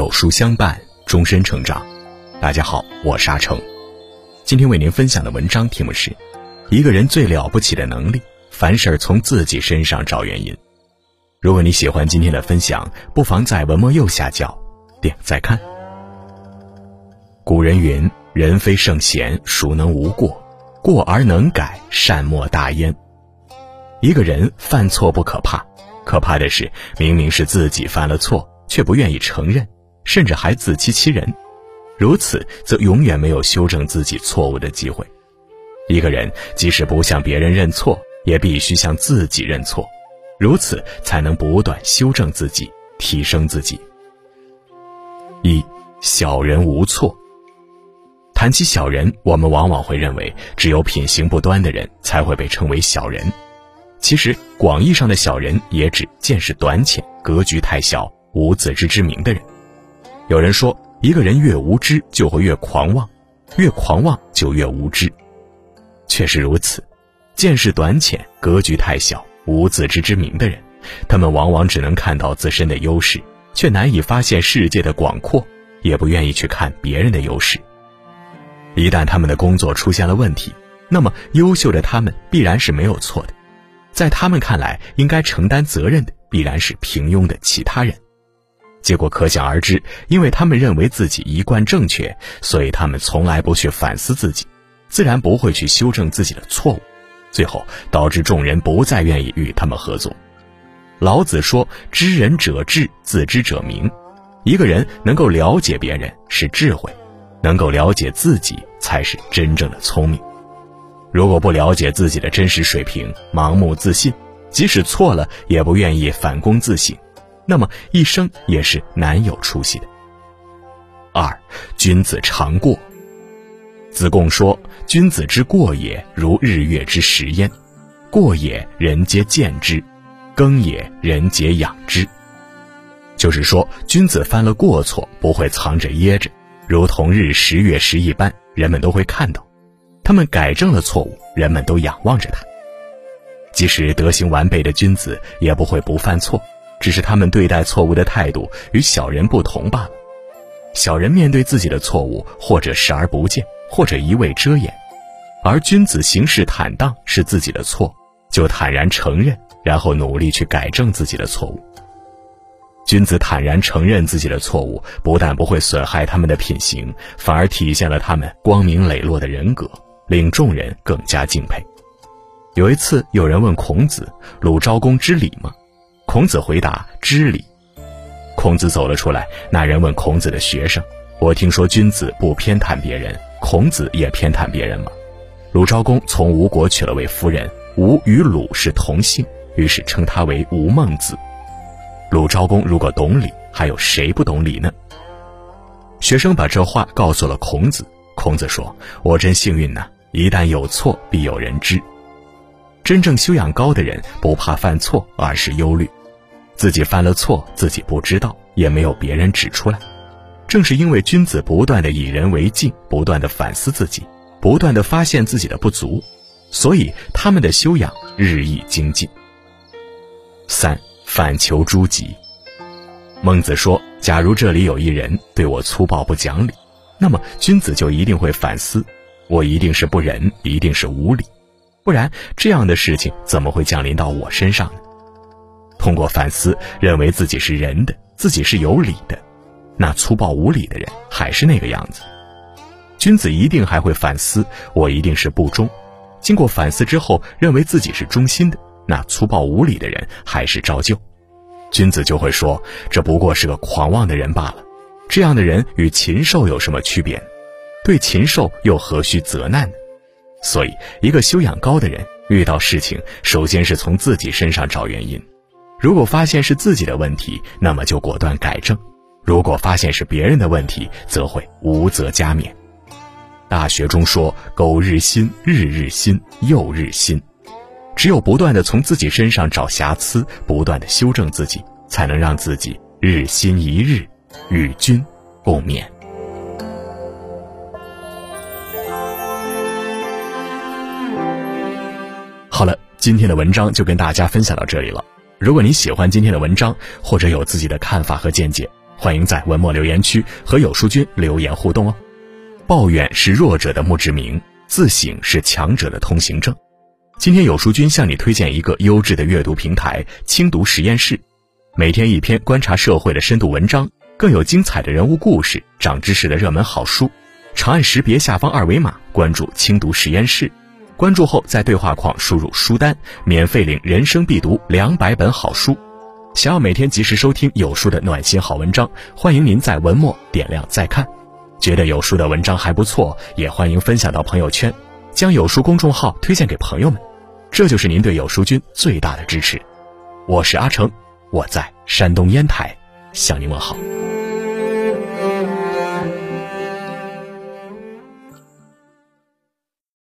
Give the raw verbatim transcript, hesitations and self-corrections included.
有书相伴，终身成长。大家好，我是阿成。今天为您分享的文章题目是：一个人最了不起的能力，凡事从自己身上找原因。如果你喜欢今天的分享，不妨在文末右下角点再看。古人云：人非圣贤，孰能无过？过而能改，善莫大焉。一个人犯错不可怕，可怕的是明明是自己犯了错，却不愿意承认，甚至还自欺欺人。如此则永远没有修正自己错误的机会。一个人即使不向别人认错，也必须向自己认错，如此才能不断修正自己，提升自己。一、小人无错。谈起小人，我们往往会认为只有品行不端的人才会被称为小人。其实广义上的小人也指见识短浅、格局太小、无自知之明的人。有人说，一个人越无知就会越狂妄，越狂妄就越无知。确实如此，见识短浅、格局太小、无自知之明的人，他们往往只能看到自身的优势，却难以发现世界的广阔，也不愿意去看别人的优势。一旦他们的工作出现了问题，那么优秀的他们必然是没有错的，在他们看来应该承担责任的必然是平庸的其他人。结果可想而知，因为他们认为自己一贯正确，所以他们从来不去反思自己，自然不会去修正自己的错误，最后导致众人不再愿意与他们合作。老子说：知人者智，自知者明。一个人能够了解别人是智慧，能够了解自己才是真正的聪明。如果不了解自己的真实水平，盲目自信，即使错了也不愿意反躬自省，那么一生也是难有出息的。二、君子常过。子贡说：君子之过也，如日月之食焉。过也，人皆见之；耕也，人皆养之。就是说，君子犯了过错，不会藏着掖着，如同日食月食一般，人们都会看到。他们改正了错误，人们都仰望着他。即使德行完备的君子，也不会不犯错，只是他们对待错误的态度与小人不同罢了。小人面对自己的错误，或者视而不见，或者一味遮掩，而君子行事坦荡，是自己的错，就坦然承认，然后努力去改正自己的错误。君子坦然承认自己的错误，不但不会损害他们的品行，反而体现了他们光明磊落的人格，令众人更加敬佩。有一次有人问孔子：鲁昭公知礼吗？孔子回答：知礼。孔子走了出来，那人问孔子的学生：我听说君子不偏袒别人，孔子也偏袒别人吗？鲁昭公从吴国娶了位夫人，吴与鲁是同姓，于是称他为吴孟子。鲁昭公如果懂礼，还有谁不懂礼呢？学生把这话告诉了孔子，孔子说：我真幸运呐，一旦有错必有人知。真正修养高的人不怕犯错，而是忧虑自己犯了错，自己不知道，也没有别人指出来。正是因为君子不断地以人为镜，不断地反思自己，不断地发现自己的不足，所以他们的修养日益精进。三、反求诸己。孟子说：假如这里有一人对我粗暴不讲理，那么君子就一定会反思，我一定是不仁，一定是无礼，不然这样的事情怎么会降临到我身上呢？通过反思，认为自己是仁的，自己是有理的，那粗暴无礼的人还是那个样子。君子一定还会反思，我一定是不忠。经过反思之后，认为自己是忠心的，那粗暴无礼的人还是照旧。君子就会说：这不过是个狂妄的人罢了。这样的人与禽兽有什么区别呢？对禽兽又何须责难呢？所以一个修养高的人，遇到事情首先是从自己身上找原因。如果发现是自己的问题，那么就果断改正；如果发现是别人的问题，则会无责加勉。大学中说：苟日新，日日新，又日新。只有不断地从自己身上找瑕疵，不断地修正自己，才能让自己日新一日，与君共勉。好了，今天的文章就跟大家分享到这里了。如果你喜欢今天的文章，或者有自己的看法和见解， 欢迎在文末留言区和有书君留言互动哦。抱怨是弱者的墓志铭，自省是强者的通行证。今天有书君向你推荐一个优质的阅读平台轻读实验室，每天一篇观察社会的深度文章，更有精彩的人物故事、长知识的热门好书。长按识别下方二维码关注轻读实验室，关注后在对话框输入书单，免费领人生必读两百本好书。想要每天及时收听有书的暖心好文章，欢迎您在文末点亮再看。觉得有书的文章还不错，也欢迎分享到朋友圈，将有书公众号推荐给朋友们，这就是您对有书君最大的支持。我是阿成，我在山东烟台向您问好。